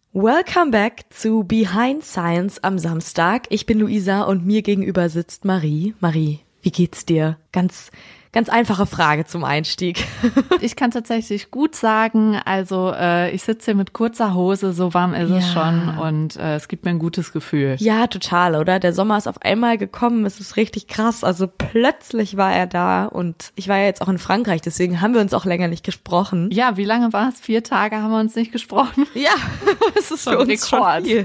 Welcome back zu Behind Science am Samstag. Ich bin Luisa und mir gegenüber sitzt Marie. Marie, wie geht's dir? Ganz einfache Frage zum Einstieg. Ich kann tatsächlich gut sagen, also ich sitze hier mit kurzer Hose, so warm ist es schon und es gibt mir ein gutes Gefühl. Ja, total, oder? Der Sommer ist auf einmal gekommen, es ist richtig krass, also plötzlich war er da und ich war ja jetzt auch in Frankreich, deswegen haben wir uns auch länger nicht gesprochen. Ja, wie lange war es? 4 Tage haben wir uns nicht gesprochen? Ja, das ist für uns schon viel.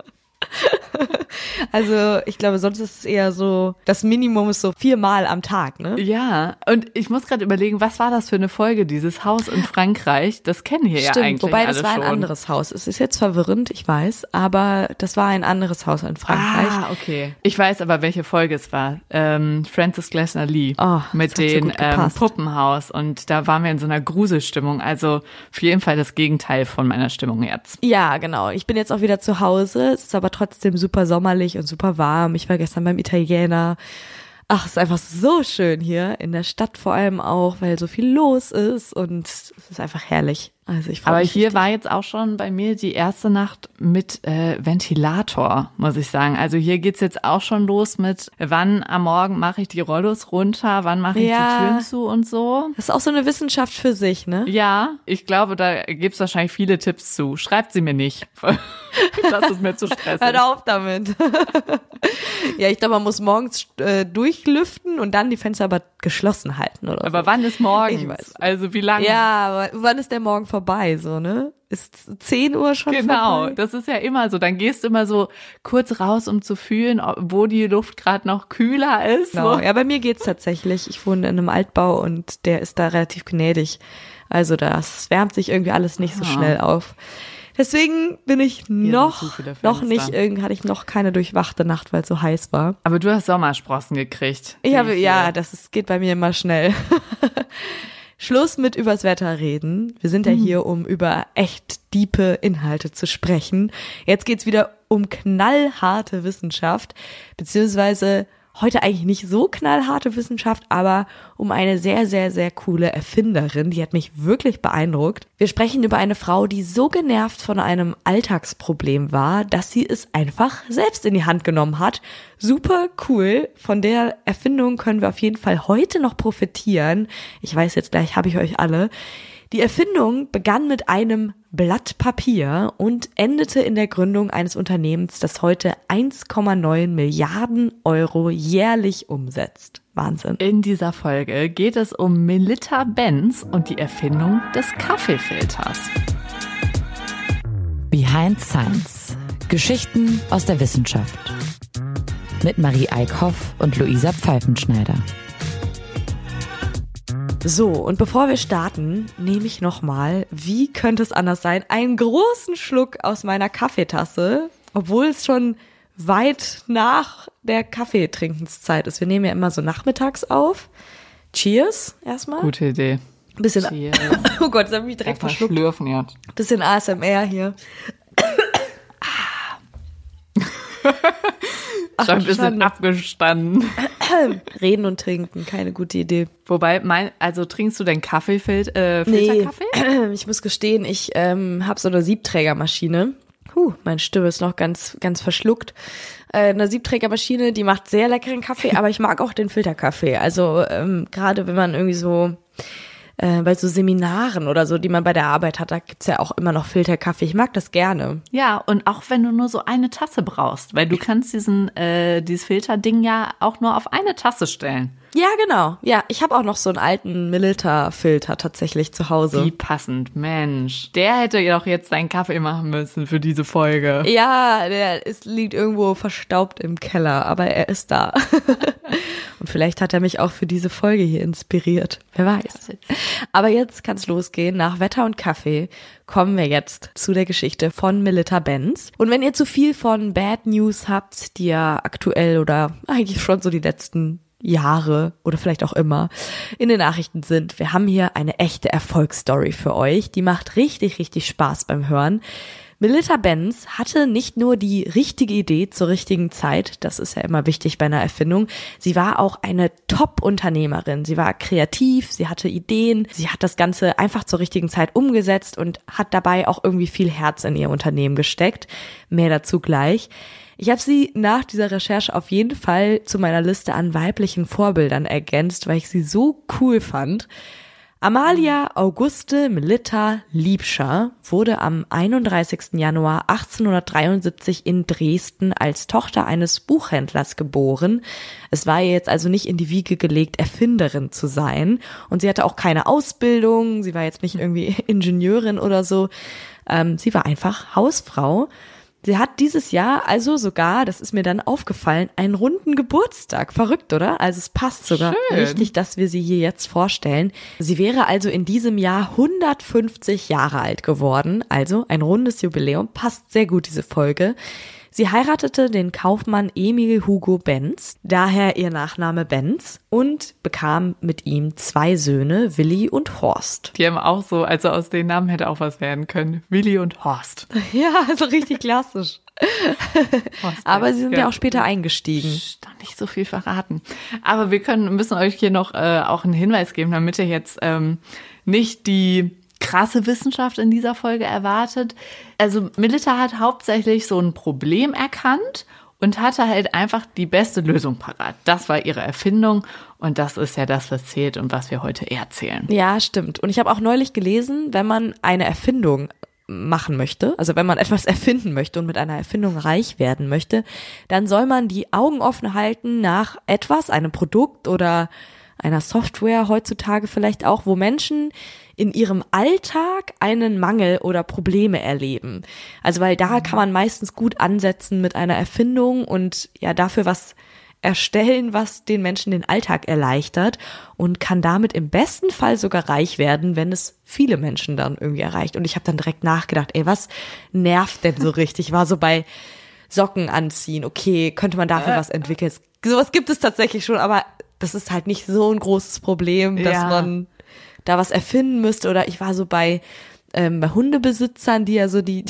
Also ich glaube, sonst ist es eher so, das Minimum ist so 4-mal am Tag, ne? Ja, und ich muss gerade überlegen, was war das für eine Folge, dieses Haus in Frankreich? Das kennen hier ja eigentlich wobei das alle war schon. Ein anderes Haus. Es ist jetzt verwirrend, ich weiß, aber das war ein anderes Haus in Frankreich. Ah, okay. Ich weiß aber, welche Folge es war. Frances Glessner Lee mit dem Puppenhaus und da waren wir in so einer Gruselstimmung, also auf jeden Fall das Gegenteil von meiner Stimmung jetzt. Ja, genau. Ich bin jetzt auch wieder zu Hause, es ist aber trotzdem super sommerlich und super warm. Ich war gestern beim Italiener. Ach, es ist einfach so schön hier, in der Stadt vor allem auch, weil so viel los ist und es ist einfach herrlich. Also ich freue mich. Aber hier war jetzt auch schon bei mir die erste Nacht mit Ventilator, muss ich sagen. Also hier geht's jetzt auch schon los mit, wann am Morgen mache ich die Rollos runter, wann mache ich die Türen zu und so. Das ist auch so eine Wissenschaft für sich, ne? Ja, ich glaube, da gibt's wahrscheinlich viele Tipps zu. Schreibt sie mir nicht. Das ist mir zu stressig. Hört auf damit. Ja, ich glaube, man muss morgens durchlüften und dann die Fenster aber geschlossen halten, oder? Aber wann ist morgens? Ich weiß. Also wie lange? Ja, aber wann ist der Morgen vorbei, so, ne? Ist 10 Uhr schon vorbei? Genau, das ist ja immer so. Dann gehst du immer so kurz raus, um zu fühlen, wo die Luft gerade noch kühler ist. Genau. So. Ja, bei mir geht's tatsächlich. Ich wohne in einem Altbau und der ist da relativ gnädig. Also das wärmt sich irgendwie alles nicht so schnell auf. Deswegen bin ich noch nicht, hatte ich noch keine durchwachte Nacht, weil es so heiß war. Aber du hast Sommersprossen gekriegt. Geht bei mir immer schnell. Schluss mit übers Wetter reden. Wir sind ja hier, um über echt diepe Inhalte zu sprechen. Jetzt geht's wieder um knallharte Wissenschaft, beziehungsweise heute eigentlich nicht so knallharte Wissenschaft, aber um eine sehr, sehr, sehr coole Erfinderin. Die hat mich wirklich beeindruckt. Wir sprechen über eine Frau, die so genervt von einem Alltagsproblem war, dass sie es einfach selbst in die Hand genommen hat. Super cool. Von der Erfindung können wir auf jeden Fall heute noch profitieren. Ich weiß jetzt gleich, habe ich euch alle. Die Erfindung begann mit einem Blatt Papier und endete in der Gründung eines Unternehmens, das heute 1,9 Milliarden Euro jährlich umsetzt. Wahnsinn. In dieser Folge geht es um Melitta Benz und die Erfindung des Kaffeefilters. Behind Science. Geschichten aus der Wissenschaft. Mit Marie Eickhoff und Luisa Pfeifenschneider. So, und bevor wir starten, nehme ich nochmal, wie könnte es anders sein, einen großen Schluck aus meiner Kaffeetasse, obwohl es schon weit nach der Kaffeetrinkenszeit ist. Wir nehmen ja immer so nachmittags auf. Cheers erstmal. Gute Idee. Bisschen, Cheers. Oh Gott, das habe ich mich direkt verschluckt. Schlürfen jetzt. Bisschen ASMR hier. Schon ein bisschen abgestanden. Reden und trinken, keine gute Idee. Wobei, also trinkst du denn Filterkaffee? Nee, ich muss gestehen, ich habe so eine Siebträgermaschine. Meine Stimme ist noch ganz, ganz verschluckt. Eine Siebträgermaschine, die macht sehr leckeren Kaffee, aber ich mag auch den Filterkaffee. Also gerade wenn man irgendwie so bei so Seminaren oder so, die man bei der Arbeit hat, da gibt's ja auch immer noch Filterkaffee. Ich mag das gerne. Ja, und auch wenn du nur so eine Tasse brauchst, weil du kannst dieses Filterding ja auch nur auf eine Tasse stellen. Ja, genau. Ja, ich habe auch noch so einen alten Melitta-Filter tatsächlich zu Hause. Wie passend, Mensch. Der hätte ja doch jetzt seinen Kaffee machen müssen für diese Folge. Ja, liegt irgendwo verstaubt im Keller, aber er ist da. Und vielleicht hat er mich auch für diese Folge hier inspiriert. Wer weiß. Aber jetzt kann's losgehen. Nach Wetter und Kaffee kommen wir jetzt zu der Geschichte von Melitta Benz. Und wenn ihr zu viel von Bad News habt, die ja aktuell oder eigentlich schon so die letzten Jahre oder vielleicht auch immer in den Nachrichten sind, wir haben hier eine echte Erfolgsstory für euch. Die macht richtig, richtig Spaß beim Hören. Melitta Benz hatte nicht nur die richtige Idee zur richtigen Zeit, das ist ja immer wichtig bei einer Erfindung, sie war auch eine Top-Unternehmerin. Sie war kreativ, sie hatte Ideen, sie hat das Ganze einfach zur richtigen Zeit umgesetzt und hat dabei auch irgendwie viel Herz in ihr Unternehmen gesteckt. Mehr dazu gleich. Ich habe sie nach dieser Recherche auf jeden Fall zu meiner Liste an weiblichen Vorbildern ergänzt, weil ich sie so cool fand. Amalia Auguste Melitta Liebscher wurde am 31. Januar 1873 in Dresden als Tochter eines Buchhändlers geboren. Es war ihr jetzt also nicht in die Wiege gelegt, Erfinderin zu sein. Und sie hatte auch keine Ausbildung, sie war jetzt nicht irgendwie Ingenieurin oder so. Sie war einfach Hausfrau. Sie hat dieses Jahr also sogar, das ist mir dann aufgefallen, einen runden Geburtstag. Verrückt, oder? Also es passt sogar richtig, dass wir sie hier jetzt vorstellen. Sie wäre also in diesem Jahr 150 Jahre alt geworden. Also ein rundes Jubiläum. Passt sehr gut, diese Folge. Sie heiratete den Kaufmann Emil Hugo Benz, daher ihr Nachname Benz, und bekam mit ihm 2 Söhne, Willi und Horst. Die haben auch so, also aus den Namen hätte auch was werden können. Willi und Horst. Ja, also richtig klassisch. Aber sie sind ja auch später eingestiegen. Noch nicht so viel verraten. Aber wir müssen euch hier noch auch einen Hinweis geben, damit ihr jetzt nicht die krasse Wissenschaft in dieser Folge erwartet. Also Melitta hat hauptsächlich so ein Problem erkannt und hatte halt einfach die beste Lösung parat. Das war ihre Erfindung und das ist ja das, was zählt und was wir heute erzählen. Ja, stimmt. Und ich habe auch neulich gelesen, wenn man eine Erfindung machen möchte, also wenn man etwas erfinden möchte und mit einer Erfindung reich werden möchte, dann soll man die Augen offen halten nach etwas, einem Produkt oder einer Software heutzutage vielleicht auch, wo Menschen in ihrem Alltag einen Mangel oder Probleme erleben. Also weil da kann man meistens gut ansetzen mit einer Erfindung und ja dafür was erstellen, was den Menschen den Alltag erleichtert und kann damit im besten Fall sogar reich werden, wenn es viele Menschen dann irgendwie erreicht. Und ich habe dann direkt nachgedacht, was nervt denn so richtig? War so bei Socken anziehen, okay, könnte man dafür was entwickeln? Sowas gibt es tatsächlich schon, aber das ist halt nicht so ein großes Problem, dass man da was erfinden müsste. Oder ich war so bei Hundebesitzern, die ja so die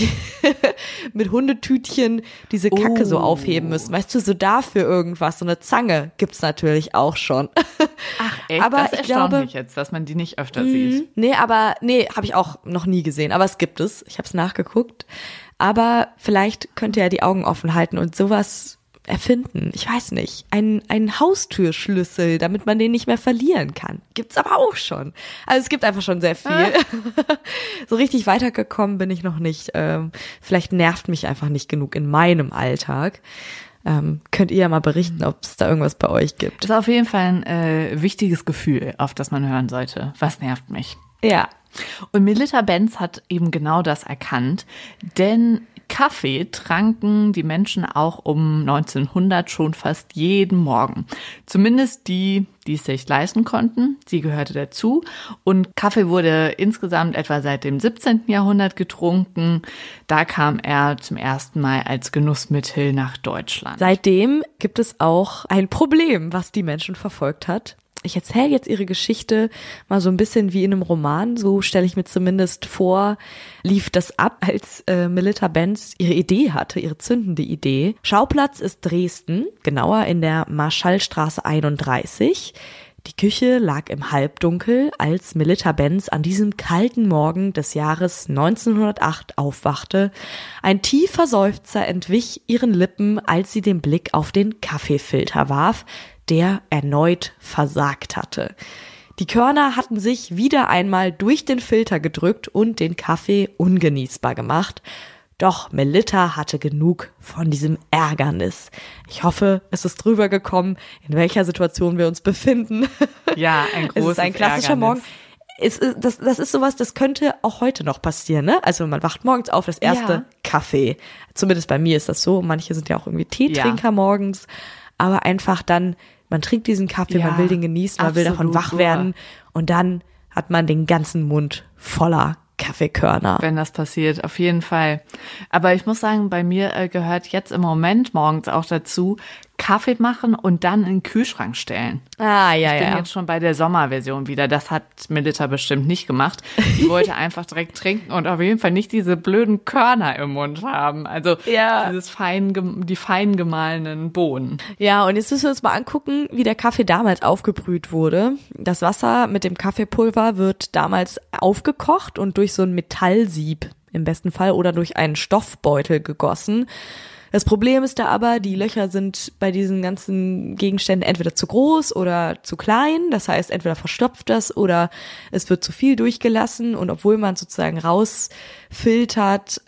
mit Hundetütchen diese Kacke so aufheben müssen. Weißt du, so dafür irgendwas, so eine Zange gibt's natürlich auch schon. Ach echt, aber das erstaunt mich jetzt, dass man die nicht öfter sieht. Nee, habe ich auch noch nie gesehen, aber es gibt es. Ich habe es nachgeguckt. Aber vielleicht könnt ihr ja die Augen offen halten und sowas erfinden. Ich weiß nicht. Ein Haustürschlüssel, damit man den nicht mehr verlieren kann. Gibt's aber auch schon. Also es gibt einfach schon sehr viel. So richtig weitergekommen bin ich noch nicht. Vielleicht nervt mich einfach nicht genug in meinem Alltag. Könnt ihr ja mal berichten, ob es da irgendwas bei euch gibt. Das ist auf jeden Fall ein wichtiges Gefühl, auf das man hören sollte. Was nervt mich? Ja. Und Melitta Benz hat eben genau das erkannt, denn Kaffee tranken die Menschen auch um 1900 schon fast jeden Morgen. Zumindest die es sich leisten konnten. Sie gehörte dazu. Und Kaffee wurde insgesamt etwa seit dem 17. Jahrhundert getrunken. Da kam er zum ersten Mal als Genussmittel nach Deutschland. Seitdem gibt es auch ein Problem, was die Menschen verfolgt hat. Ich erzähle jetzt ihre Geschichte mal so ein bisschen wie in einem Roman, so stelle ich mir zumindest vor, lief das ab, als Melitta Benz ihre Idee hatte, ihre zündende Idee. Schauplatz ist Dresden, genauer in der Marschallstraße 31. Die Küche lag im Halbdunkel, als Melitta Benz an diesem kalten Morgen des Jahres 1908 aufwachte. Ein tiefer Seufzer entwich ihren Lippen, als sie den Blick auf den Kaffeefilter warf, der erneut versagt hatte. Die Körner hatten sich wieder einmal durch den Filter gedrückt und den Kaffee ungenießbar gemacht. Doch Melitta hatte genug von diesem Ärgernis. Ich hoffe, es ist drüber gekommen, in welcher Situation wir uns befinden. Ja, ein großes Es ist ein klassischer Ärgernis. Morgen. Das ist sowas, das könnte auch heute noch passieren, ne? Also man wacht morgens auf, das erste Kaffee. Zumindest bei mir ist das so. Manche sind ja auch irgendwie Teetrinker morgens. Aber einfach dann, man trinkt diesen Kaffee, man will den genießen, man will davon wach werden und dann hat man den ganzen Mund voller Kaffeekörner. Wenn das passiert, auf jeden Fall. Aber ich muss sagen, bei mir gehört jetzt im Moment morgens auch dazu, Kaffee machen und dann in den Kühlschrank stellen. Ah, ja, Ich bin jetzt schon bei der Sommerversion wieder. Das hat Melitta bestimmt nicht gemacht. Die wollte einfach direkt trinken und auf jeden Fall nicht diese blöden Körner im Mund haben. Also die fein gemahlenen Bohnen. Ja, und jetzt müssen wir uns mal angucken, wie der Kaffee damals aufgebrüht wurde. Das Wasser mit dem Kaffeepulver wird damals aufgekocht und durch so ein Metallsieb im besten Fall oder durch einen Stoffbeutel gegossen. Das Problem ist da aber, die Löcher sind bei diesen ganzen Gegenständen entweder zu groß oder zu klein. Das heißt, entweder verstopft das oder es wird zu viel durchgelassen. Und obwohl man sozusagen rausfiltert,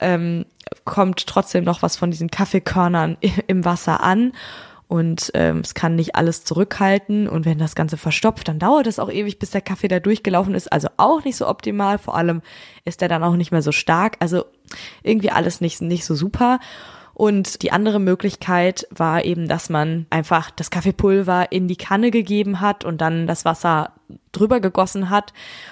kommt trotzdem noch was von diesen Kaffeekörnern im Wasser an. Und es kann nicht alles zurückhalten. Und wenn das Ganze verstopft, dann dauert es auch ewig, bis der Kaffee da durchgelaufen ist. Also auch nicht so optimal. Vor allem ist der dann auch nicht mehr so stark. Also irgendwie alles nicht so super. Und die andere Möglichkeit war eben, dass man einfach das Kaffeepulver in die Kanne gegeben hat und dann das Wasser drüber gegossen hat.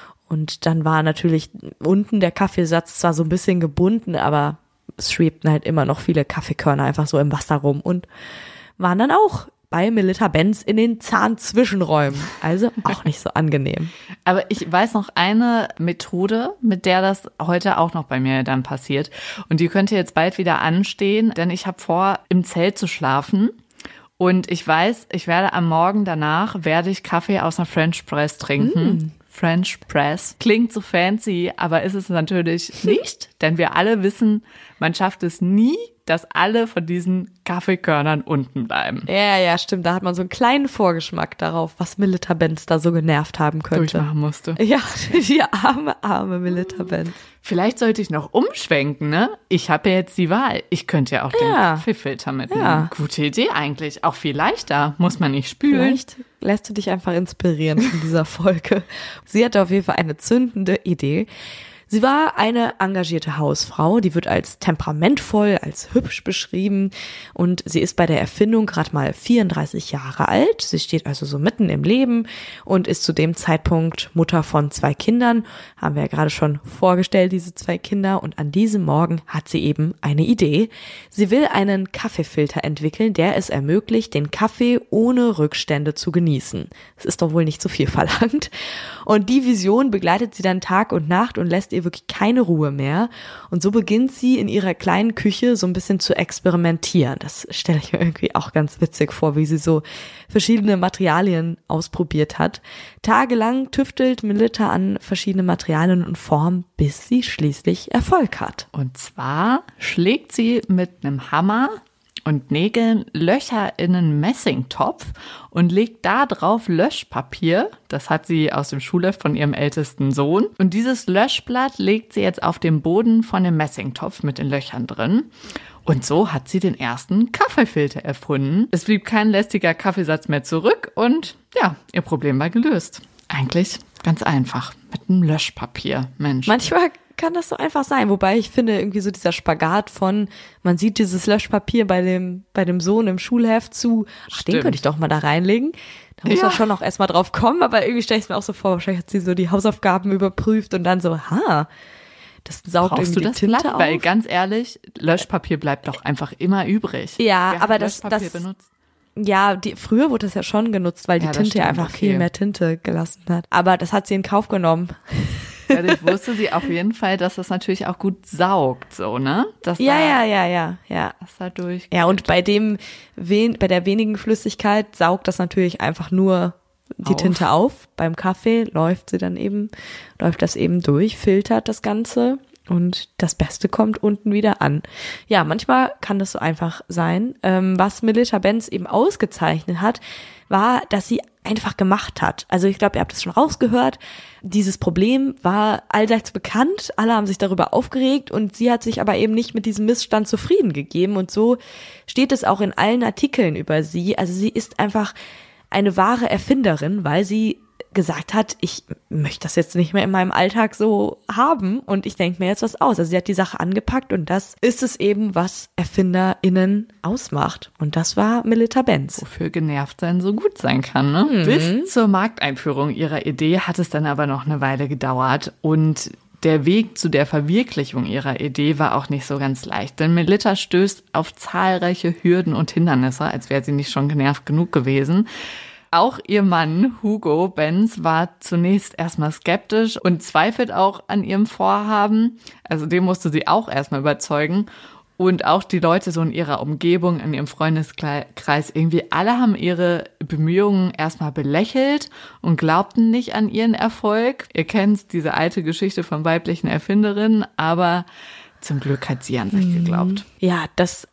Und dann war natürlich unten der Kaffeesatz zwar so ein bisschen gebunden, aber es schwebten halt immer noch viele Kaffeekörner einfach so im Wasser rum und waren dann auch bei Melitta Benz in den Zahnzwischenräumen. Also auch nicht so angenehm. Aber ich weiß noch eine Methode, mit der das heute auch noch bei mir dann passiert. Und die könnte jetzt bald wieder anstehen, denn ich habe vor, im Zelt zu schlafen. Und ich weiß, ich werde am Morgen danach, Kaffee aus einer French Press trinken. French Press. Klingt so fancy, aber ist es natürlich nicht, denn wir alle wissen, man schafft es nie, dass alle von diesen Kaffeekörnern unten bleiben. Ja, stimmt. Da hat man so einen kleinen Vorgeschmack darauf, was Melitta Benz da so genervt haben könnte. Durchmachen musste. Ja, die arme Melitta Benz. Vielleicht sollte ich noch umschwenken, ne? Ich habe ja jetzt die Wahl. Ich könnte ja auch den Kaffeefilter mitnehmen. Ja. Gute Idee eigentlich. Auch viel leichter. Muss man nicht spülen. Vielleicht lässt du dich einfach inspirieren von dieser Folge. Sie hatte auf jeden Fall eine zündende Idee. Sie war eine engagierte Hausfrau, die wird als temperamentvoll, als hübsch beschrieben und sie ist bei der Erfindung gerade mal 34 Jahre alt. Sie steht also so mitten im Leben und ist zu dem Zeitpunkt Mutter von 2 Kindern. Haben wir ja gerade schon vorgestellt, diese 2 Kinder. Und an diesem Morgen hat sie eben eine Idee. Sie will einen Kaffeefilter entwickeln, der es ermöglicht, den Kaffee ohne Rückstände zu genießen. Das ist doch wohl nicht zu viel verlangt. Und die Vision begleitet sie dann Tag und Nacht und lässt ihr wirklich keine Ruhe mehr. Und so beginnt sie in ihrer kleinen Küche so ein bisschen zu experimentieren. Das stelle ich mir irgendwie auch ganz witzig vor, wie sie so verschiedene Materialien ausprobiert hat. Tagelang tüftelt Melitta an verschiedene Materialien und Formen, bis sie schließlich Erfolg hat. Und zwar schlägt sie mit einem Hammer und Nägeln Löcher in einen Messingtopf und legt da drauf Löschpapier. Das hat sie aus dem Schulheft von ihrem ältesten Sohn. Und dieses Löschblatt legt sie jetzt auf den Boden von dem Messingtopf mit den Löchern drin. Und so hat sie den ersten Kaffeefilter erfunden. Es blieb kein lästiger Kaffeesatz mehr zurück und ja, ihr Problem war gelöst. Eigentlich ganz einfach, mit einem Löschpapier, Mensch. Manchmal kann das so einfach sein, wobei ich finde irgendwie so dieser Spagat von, man sieht dieses Löschpapier bei dem Sohn im Schulheft zu, den könnte ich doch mal da reinlegen. Da muss man schon auch erstmal drauf kommen, aber irgendwie stelle ich es mir auch so vor, wahrscheinlich hat sie so die Hausaufgaben überprüft und dann so, das saugt Brauchst irgendwie du das die Tinte Blatt? auf. Weil ganz ehrlich, Löschpapier bleibt doch einfach immer übrig. Ja, Wer aber hat das benutzt? Ja, früher wurde das ja schon genutzt, weil die Ja, das Tinte ja stimmt, einfach okay. viel mehr Tinte gelassen hat. Aber das hat sie in Kauf genommen. Dadurch wusste sie auf jeden Fall, dass das natürlich auch gut saugt, so, ne? Dass Ja. das da durch. Ja, und bei der wenigen Flüssigkeit saugt das natürlich einfach nur die Tinte auf. Beim Kaffee läuft das eben durch, filtert das Ganze und das Beste kommt unten wieder an. Ja, manchmal kann das so einfach sein. Was Melitta Benz eben ausgezeichnet hat, war, dass sie einfach gemacht hat. Also ich glaube, ihr habt es schon rausgehört. Dieses Problem war allseits bekannt. Alle haben sich darüber aufgeregt und sie hat sich aber eben nicht mit diesem Missstand zufrieden gegeben. Und so steht es auch in allen Artikeln über sie. Also sie ist einfach eine wahre Erfinderin, weil sie gesagt hat, ich möchte das jetzt nicht mehr in meinem Alltag so haben und ich denke mir jetzt was aus. Also sie hat die Sache angepackt und das ist es eben, was ErfinderInnen ausmacht. Und das war Melitta Benz. Wofür genervt sein so gut sein kann, ne? Bis zur Markteinführung ihrer Idee hat es dann aber noch eine Weile gedauert und der Weg zu der Verwirklichung ihrer Idee war auch nicht so ganz leicht. Denn Melitta stößt auf zahlreiche Hürden und Hindernisse, als wäre sie nicht schon genervt genug gewesen. Auch ihr Mann Hugo Benz war zunächst erstmal skeptisch und zweifelt auch an ihrem Vorhaben. Also den musste sie auch erstmal überzeugen. Und auch die Leute so in ihrer Umgebung, in ihrem Freundeskreis, irgendwie alle haben ihre Bemühungen erstmal belächelt und glaubten nicht an ihren Erfolg. Ihr kennt diese alte Geschichte von weiblichen Erfinderinnen, aber zum Glück hat sie an sich geglaubt. Ja,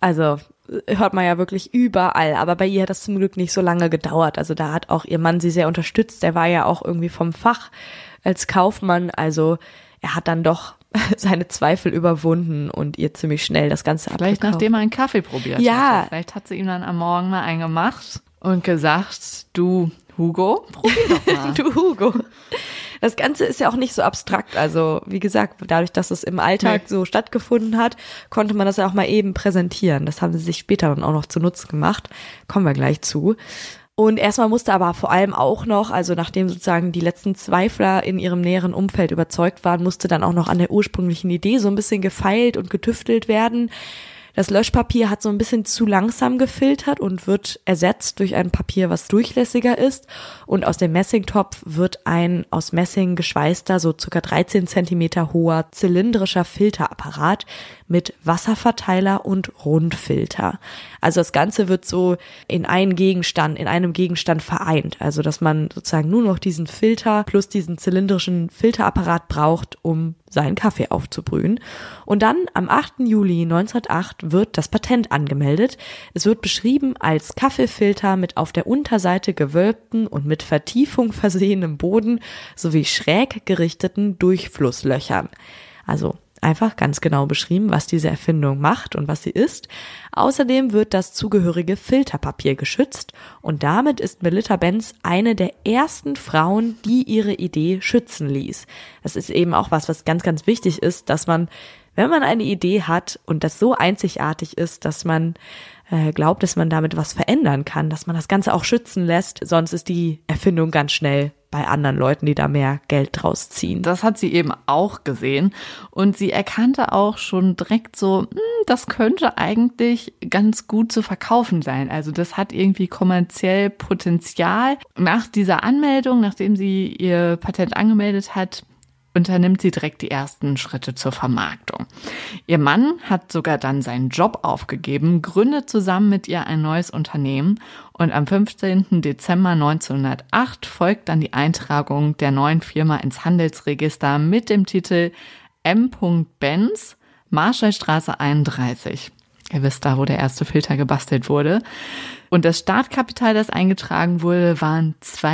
hört man ja wirklich überall, aber bei ihr hat das zum Glück nicht so lange gedauert. Also da hat auch ihr Mann sie sehr unterstützt. Der war ja auch irgendwie vom Fach als Kaufmann, also er hat dann doch seine Zweifel überwunden und ihr ziemlich schnell das Ganze abgekauft. Vielleicht nachdem er einen Kaffee probiert ja. hatte. Vielleicht hat sie ihm dann am Morgen mal einen gemacht und gesagt, du Hugo, probier doch mal. Du Hugo. Das Ganze ist ja auch nicht so abstrakt. Also wie gesagt, dadurch, dass es im Alltag so stattgefunden hat, konnte man das ja auch mal eben präsentieren. Das haben sie sich später dann auch noch zunutze gemacht. Kommen wir gleich zu. Und erstmal musste aber vor allem auch noch, also nachdem sozusagen die letzten Zweifler in ihrem näheren Umfeld überzeugt waren, musste dann auch noch an der ursprünglichen Idee so ein bisschen gefeilt und getüftelt werden. Das Löschpapier hat so ein bisschen zu langsam gefiltert und wird ersetzt durch ein Papier, was durchlässiger ist. Und aus dem Messingtopf wird ein aus Messing geschweißter, so ca. 13 Zentimeter hoher zylindrischer Filterapparat mit Wasserverteiler und Rundfilter. Also das Ganze wird so in einem Gegenstand vereint. Also dass man sozusagen nur noch diesen Filter plus diesen zylindrischen Filterapparat braucht, um seinen Kaffee aufzubrühen. Und dann am 8. Juli 1908 wird das Patent angemeldet. Es wird beschrieben als Kaffeefilter mit auf der Unterseite gewölbten und mit Vertiefung versehenem Boden sowie schräg gerichteten Durchflusslöchern. Also einfach ganz genau beschrieben, was diese Erfindung macht und was sie ist. Außerdem wird das zugehörige Filterpapier geschützt und damit ist Melitta Benz eine der ersten Frauen, die ihre Idee schützen ließ. Das ist eben auch was ganz, ganz wichtig ist, dass man, wenn man eine Idee hat und das so einzigartig ist, dass man glaubt, dass man damit was verändern kann, dass man das Ganze auch schützen lässt, sonst ist die Erfindung ganz schnell bei anderen Leuten, die da mehr Geld draus ziehen. Das hat sie eben auch gesehen und sie erkannte auch schon direkt so, das könnte eigentlich ganz gut zu verkaufen sein. Also das hat irgendwie kommerziell Potenzial. Nach dieser Anmeldung, nachdem sie ihr Patent angemeldet hat, unternimmt sie direkt die ersten Schritte zur Vermarktung. Ihr Mann hat sogar dann seinen Job aufgegeben, gründet zusammen mit ihr ein neues Unternehmen und am 15. Dezember 1908 folgt dann die Eintragung der neuen Firma ins Handelsregister mit dem Titel M. Benz, Marschallstraße 31. Ihr wisst da, wo der erste Filter gebastelt wurde. Und das Startkapital, das eingetragen wurde, waren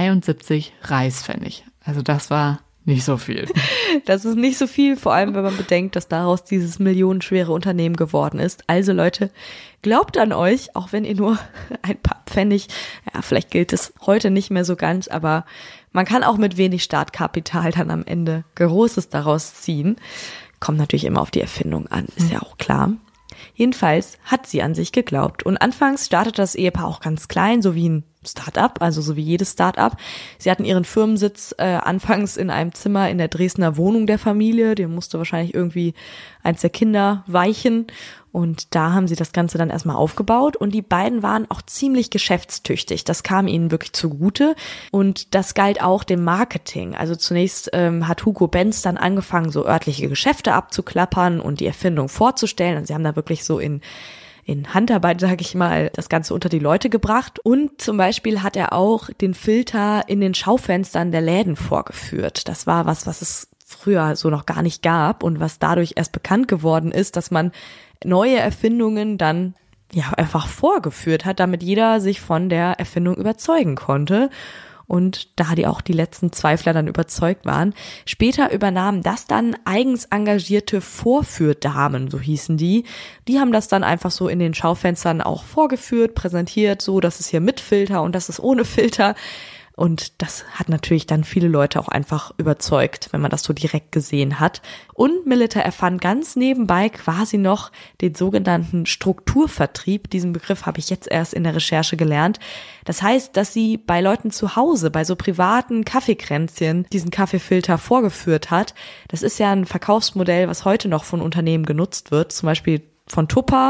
72 Reichspfennig. Also das war nicht so viel. Das ist nicht so viel, vor allem wenn man bedenkt, dass daraus dieses millionenschwere Unternehmen geworden ist. Also Leute, glaubt an euch, auch wenn ihr nur ein paar Pfennig, ja, vielleicht gilt es heute nicht mehr so ganz, aber man kann auch mit wenig Startkapital dann am Ende Großes daraus ziehen. Kommt natürlich immer auf die Erfindung an, ist ja auch klar. Jedenfalls hat sie an sich geglaubt und anfangs startete das Ehepaar auch ganz klein, so wie ein Start-up, also so wie jedes Start-up. Sie hatten ihren Firmensitz anfangs in einem Zimmer in der Dresdner Wohnung der Familie. Dem musste wahrscheinlich irgendwie eins der Kinder weichen. Und da haben sie das Ganze dann erstmal aufgebaut. Und die beiden waren auch ziemlich geschäftstüchtig. Das kam ihnen wirklich zugute. Und das galt auch dem Marketing. Also zunächst hat Hugo Benz dann angefangen, so örtliche Geschäfte abzuklappern und die Erfindung vorzustellen. Und sie haben da wirklich so in Handarbeit, sage ich mal, das Ganze unter die Leute gebracht. Und zum Beispiel hat er auch den Filter in den Schaufenstern der Läden vorgeführt. Das war was es früher so noch gar nicht gab und was dadurch erst bekannt geworden ist, dass man neue Erfindungen dann ja einfach vorgeführt hat, damit jeder sich von der Erfindung überzeugen konnte. Und da die auch die letzten Zweifler dann überzeugt waren. Später übernahmen das dann eigens engagierte Vorführdamen, so hießen die. Die haben das dann einfach so in den Schaufenstern auch vorgeführt, präsentiert, so das ist hier mit Filter und das ist ohne Filter. Und das hat natürlich dann viele Leute auch einfach überzeugt, wenn man das so direkt gesehen hat. Und Melitta erfand ganz nebenbei quasi noch den sogenannten Strukturvertrieb. Diesen Begriff habe ich jetzt erst in der Recherche gelernt. Das heißt, dass sie bei Leuten zu Hause, bei so privaten Kaffeekränzchen, diesen Kaffeefilter vorgeführt hat. Das ist ja ein Verkaufsmodell, was heute noch von Unternehmen genutzt wird, zum Beispiel von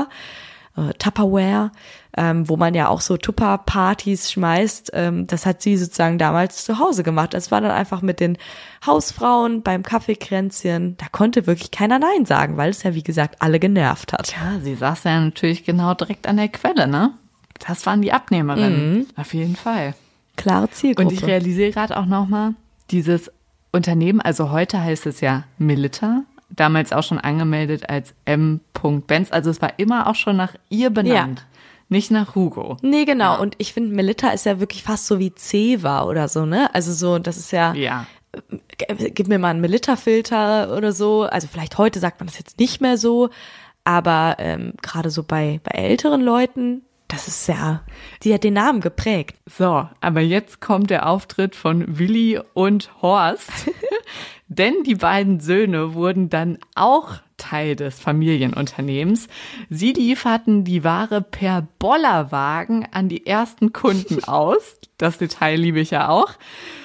Tupperware, wo man ja auch so Tupper-Partys schmeißt. Das hat sie sozusagen damals zu Hause gemacht. Das war dann einfach mit den Hausfrauen beim Kaffeekränzchen. Da konnte wirklich keiner Nein sagen, weil es ja, wie gesagt, alle genervt hat. Ja, sie saß ja natürlich genau direkt an der Quelle, ne? Das waren die Abnehmerinnen. Auf jeden Fall. Klare Zielgruppe. Und ich realisiere gerade auch nochmal, dieses Unternehmen, also heute heißt es ja Melitta, damals auch schon angemeldet als M. Benz. Also es war immer auch schon nach ihr benannt. Ja. Nicht nach Hugo. Nee, genau. Ja. Und ich finde, Melitta ist ja wirklich fast so wie Ceva oder so, ne? Also so, das ist ja. Gib mir mal einen Melitta-Filter oder so. Also vielleicht heute sagt man das jetzt nicht mehr so. Aber gerade so bei älteren Leuten, das ist ja, die hat den Namen geprägt. So, aber jetzt kommt der Auftritt von Willi und Horst. Denn die beiden Söhne wurden dann auch Teil des Familienunternehmens. Sie lieferten die Ware per Bollerwagen an die ersten Kunden aus. Das Detail liebe ich ja auch.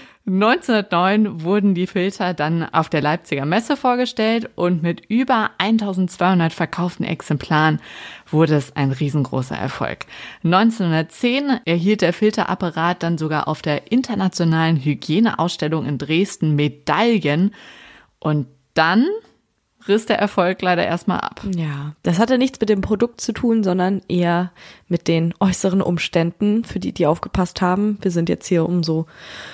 1909 wurden die Filter dann auf der Leipziger Messe vorgestellt und mit über 1200 verkauften Exemplaren wurde es ein riesengroßer Erfolg. 1910 erhielt der Filterapparat dann sogar auf der internationalen Hygieneausstellung in Dresden Medaillen und dann riss der Erfolg leider erstmal ab. Ja, das hatte nichts mit dem Produkt zu tun, sondern eher mit den äußeren Umständen, für die aufgepasst haben. Wir sind jetzt hier um so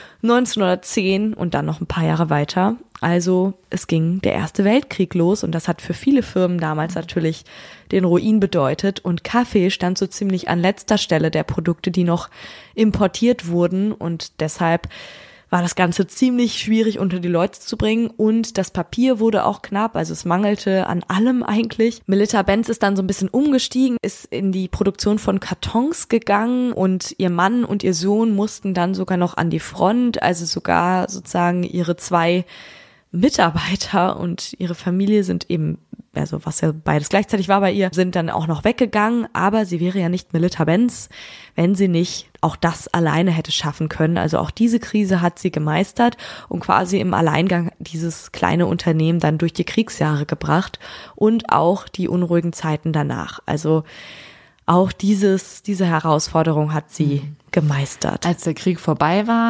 1910 und dann noch ein paar Jahre weiter. Also es ging der Erste Weltkrieg los und das hat für viele Firmen damals natürlich den Ruin bedeutet. Und Kaffee stand so ziemlich an letzter Stelle der Produkte, die noch importiert wurden. Und deshalb war das Ganze ziemlich schwierig unter die Leute zu bringen und das Papier wurde auch knapp, also es mangelte an allem eigentlich. Melitta Benz ist dann so ein bisschen umgestiegen, ist in die Produktion von Kartons gegangen und ihr Mann und ihr Sohn mussten dann sogar noch an die Front, also sogar sozusagen ihre 2 Mitarbeiter und ihre Familie sind eben, also was ja beides gleichzeitig war bei ihr, sind dann auch noch weggegangen, aber sie wäre ja nicht Melitta Benz, wenn sie nicht auch das alleine hätte schaffen können. Also auch diese Krise hat sie gemeistert und quasi im Alleingang dieses kleine Unternehmen dann durch die Kriegsjahre gebracht und auch die unruhigen Zeiten danach. Also auch diese Herausforderung hat sie gemeistert. Als der Krieg vorbei war,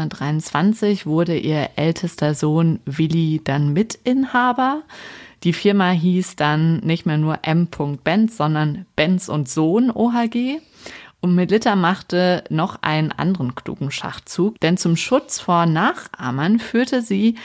1923, wurde ihr ältester Sohn Willi dann Mitinhaber. Die Firma hieß dann nicht mehr nur M. Benz, sondern Benz und Sohn OHG. Und Melitta machte noch einen anderen klugen Schachzug, denn zum Schutz vor Nachahmern führte sie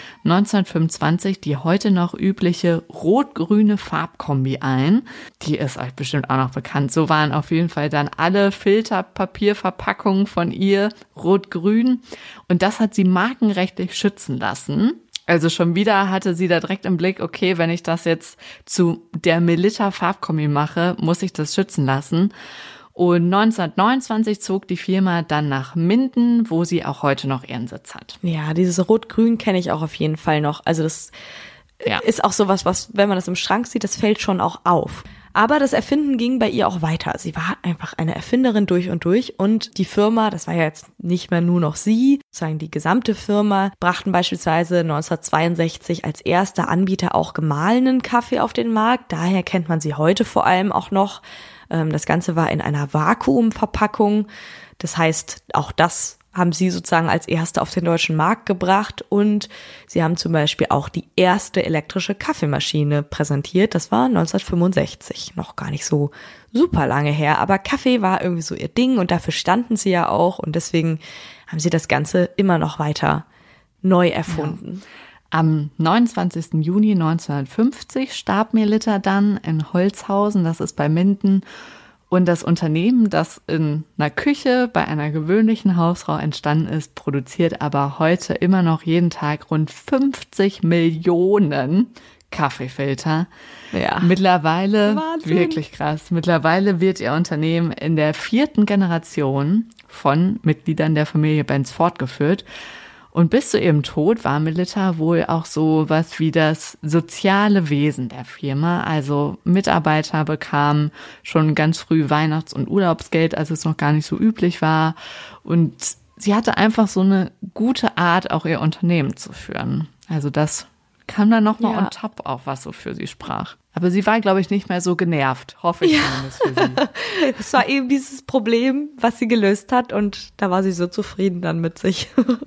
1925 die heute noch übliche rot-grüne Farbkombi ein. Die ist euch bestimmt auch noch bekannt. So waren auf jeden Fall dann alle Filterpapierverpackungen von ihr rot-grün. Und das hat sie markenrechtlich schützen lassen. Also schon wieder hatte sie da direkt im Blick, okay, wenn ich das jetzt zu der Melitta Farbkombi mache, muss ich das schützen lassen. Und 1929 zog die Firma dann nach Minden, wo sie auch heute noch ihren Sitz hat. Ja, dieses Rot-Grün kenne ich auch auf jeden Fall noch. Also das ist auch sowas, was, wenn man das im Schrank sieht, das fällt schon auch auf. Aber das Erfinden ging bei ihr auch weiter. Sie war einfach eine Erfinderin durch und durch. Und die Firma, das war ja jetzt nicht mehr nur noch sie, sozusagen die gesamte Firma, brachten beispielsweise 1962 als erster Anbieter auch gemahlenen Kaffee auf den Markt. Daher kennt man sie heute vor allem auch noch. Das Ganze war in einer Vakuumverpackung. Das heißt, auch das haben sie sozusagen als erste auf den deutschen Markt gebracht. Und sie haben zum Beispiel auch die erste elektrische Kaffeemaschine präsentiert. Das war 1965, noch gar nicht so super lange her. Aber Kaffee war irgendwie so ihr Ding und dafür standen sie ja auch. Und deswegen haben sie das Ganze immer noch weiter neu erfunden. Ja. Am 29. Juni 1950 starb Melitta dann in Holzhausen, das ist bei Minden. Und das Unternehmen, das in einer Küche bei einer gewöhnlichen Hausfrau entstanden ist, produziert aber heute immer noch jeden Tag rund 50 Millionen Kaffeefilter. Ja. Mittlerweile, Wahnsinn. Wirklich krass, mittlerweile wird ihr Unternehmen in der 4. Generation von Mitgliedern der Familie Benz fortgeführt. Und bis zu ihrem Tod war Melita wohl auch so was wie das soziale Wesen der Firma. Also Mitarbeiter bekamen schon ganz früh Weihnachts- und Urlaubsgeld, als es noch gar nicht so üblich war. Und sie hatte einfach so eine gute Art, auch ihr Unternehmen zu führen. Also das kam dann nochmal on top auch, was so für sie sprach. Aber sie war, glaube ich, nicht mehr so genervt, hoffe ich zumindest für sie. Es war eben dieses Problem, was sie gelöst hat und da war sie so zufrieden dann mit sich.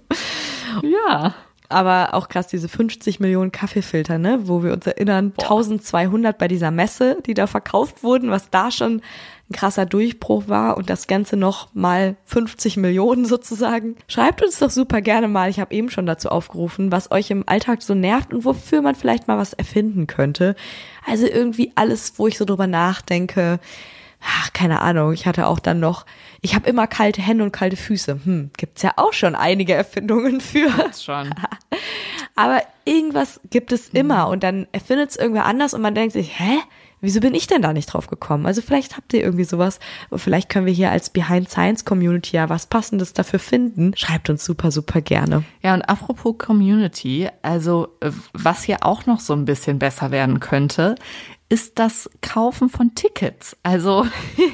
Ja. Aber auch krass, diese 50 Millionen Kaffeefilter, ne, wo wir uns erinnern, 1200 bei dieser Messe, die da verkauft wurden, was da schon ein krasser Durchbruch war und das Ganze noch mal 50 Millionen sozusagen. Schreibt uns doch super gerne mal, ich habe eben schon dazu aufgerufen, was euch im Alltag so nervt und wofür man vielleicht mal was erfinden könnte. Also irgendwie alles, wo ich so drüber nachdenke, keine Ahnung, ich hatte auch dann noch, ich habe immer kalte Hände und kalte Füße. Gibt's ja auch schon einige Erfindungen für. Das schon. Aber irgendwas gibt es immer und dann erfindet es irgendwer anders und man denkt sich, wieso bin ich denn da nicht drauf gekommen? Also vielleicht habt ihr irgendwie sowas und vielleicht können wir hier als Behind Science Community ja was Passendes dafür finden. Schreibt uns super, super gerne. Ja, und apropos Community, also was hier auch noch so ein bisschen besser werden könnte, ist das Kaufen von Tickets. Also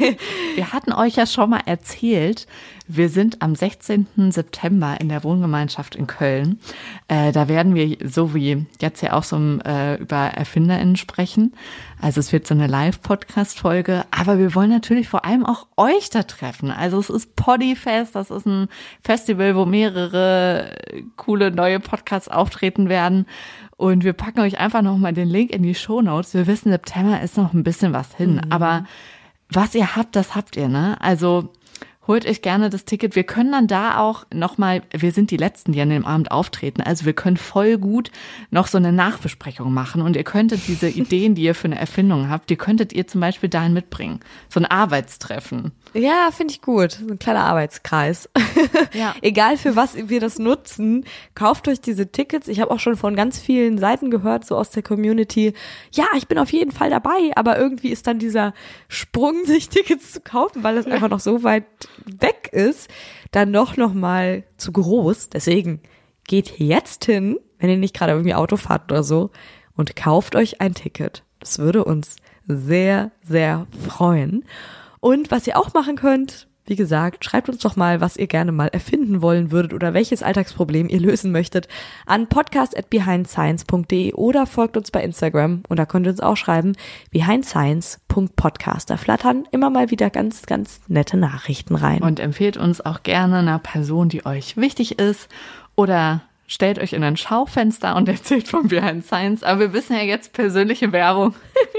wir hatten euch ja schon mal erzählt, wir sind am 16. September in der Wohngemeinschaft in Köln. Da werden wir, so wie jetzt ja auch so über ErfinderInnen sprechen. Also es wird so eine Live-Podcast-Folge, aber wir wollen natürlich vor allem auch euch da treffen. Also es ist Podifest, das ist ein Festival, wo mehrere coole neue Podcasts auftreten werden. Und wir packen euch einfach nochmal den Link in die Shownotes. Wir wissen, September ist noch ein bisschen was hin. Aber was ihr habt, das habt ihr, ne? Also holt euch gerne das Ticket. Wir können dann da auch nochmal, wir sind die Letzten, die an dem Abend auftreten. Also wir können voll gut noch so eine Nachbesprechung machen. Und ihr könntet diese Ideen, die ihr für eine Erfindung habt, die könntet ihr zum Beispiel dahin mitbringen. So ein Arbeitstreffen. Ja, finde ich gut. So ein kleiner Arbeitskreis. Ja. Egal für was wir das nutzen, kauft euch diese Tickets. Ich habe auch schon von ganz vielen Seiten gehört, so aus der Community. Ja, ich bin auf jeden Fall dabei, aber irgendwie ist dann dieser Sprung, sich Tickets zu kaufen, weil das einfach noch so weit weg ist, dann doch noch mal zu groß. Deswegen geht jetzt hin, wenn ihr nicht gerade irgendwie Auto fahrt oder so, und kauft euch ein Ticket. Das würde uns sehr, sehr freuen. Und was ihr auch machen könnt, wie gesagt, schreibt uns doch mal, was ihr gerne mal erfinden wollen würdet oder welches Alltagsproblem ihr lösen möchtet an podcast@behindscience.de oder folgt uns bei Instagram und da könnt ihr uns auch schreiben, behindscience.podcast. Da flattern immer mal wieder ganz, ganz nette Nachrichten rein. Und empfehlt uns auch gerne einer Person, die euch wichtig ist oder stellt euch in ein Schaufenster und erzählt von Behind Science. Aber wir wissen ja jetzt persönliche Werbung.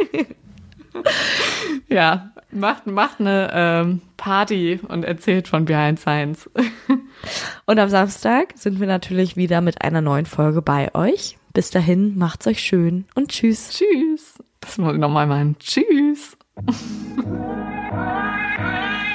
Ja, macht eine Party und erzählt von Behind Science. Und am Samstag sind wir natürlich wieder mit einer neuen Folge bei euch. Bis dahin, macht's euch schön und tschüss. Tschüss. Das muss ich nochmal machen. Tschüss.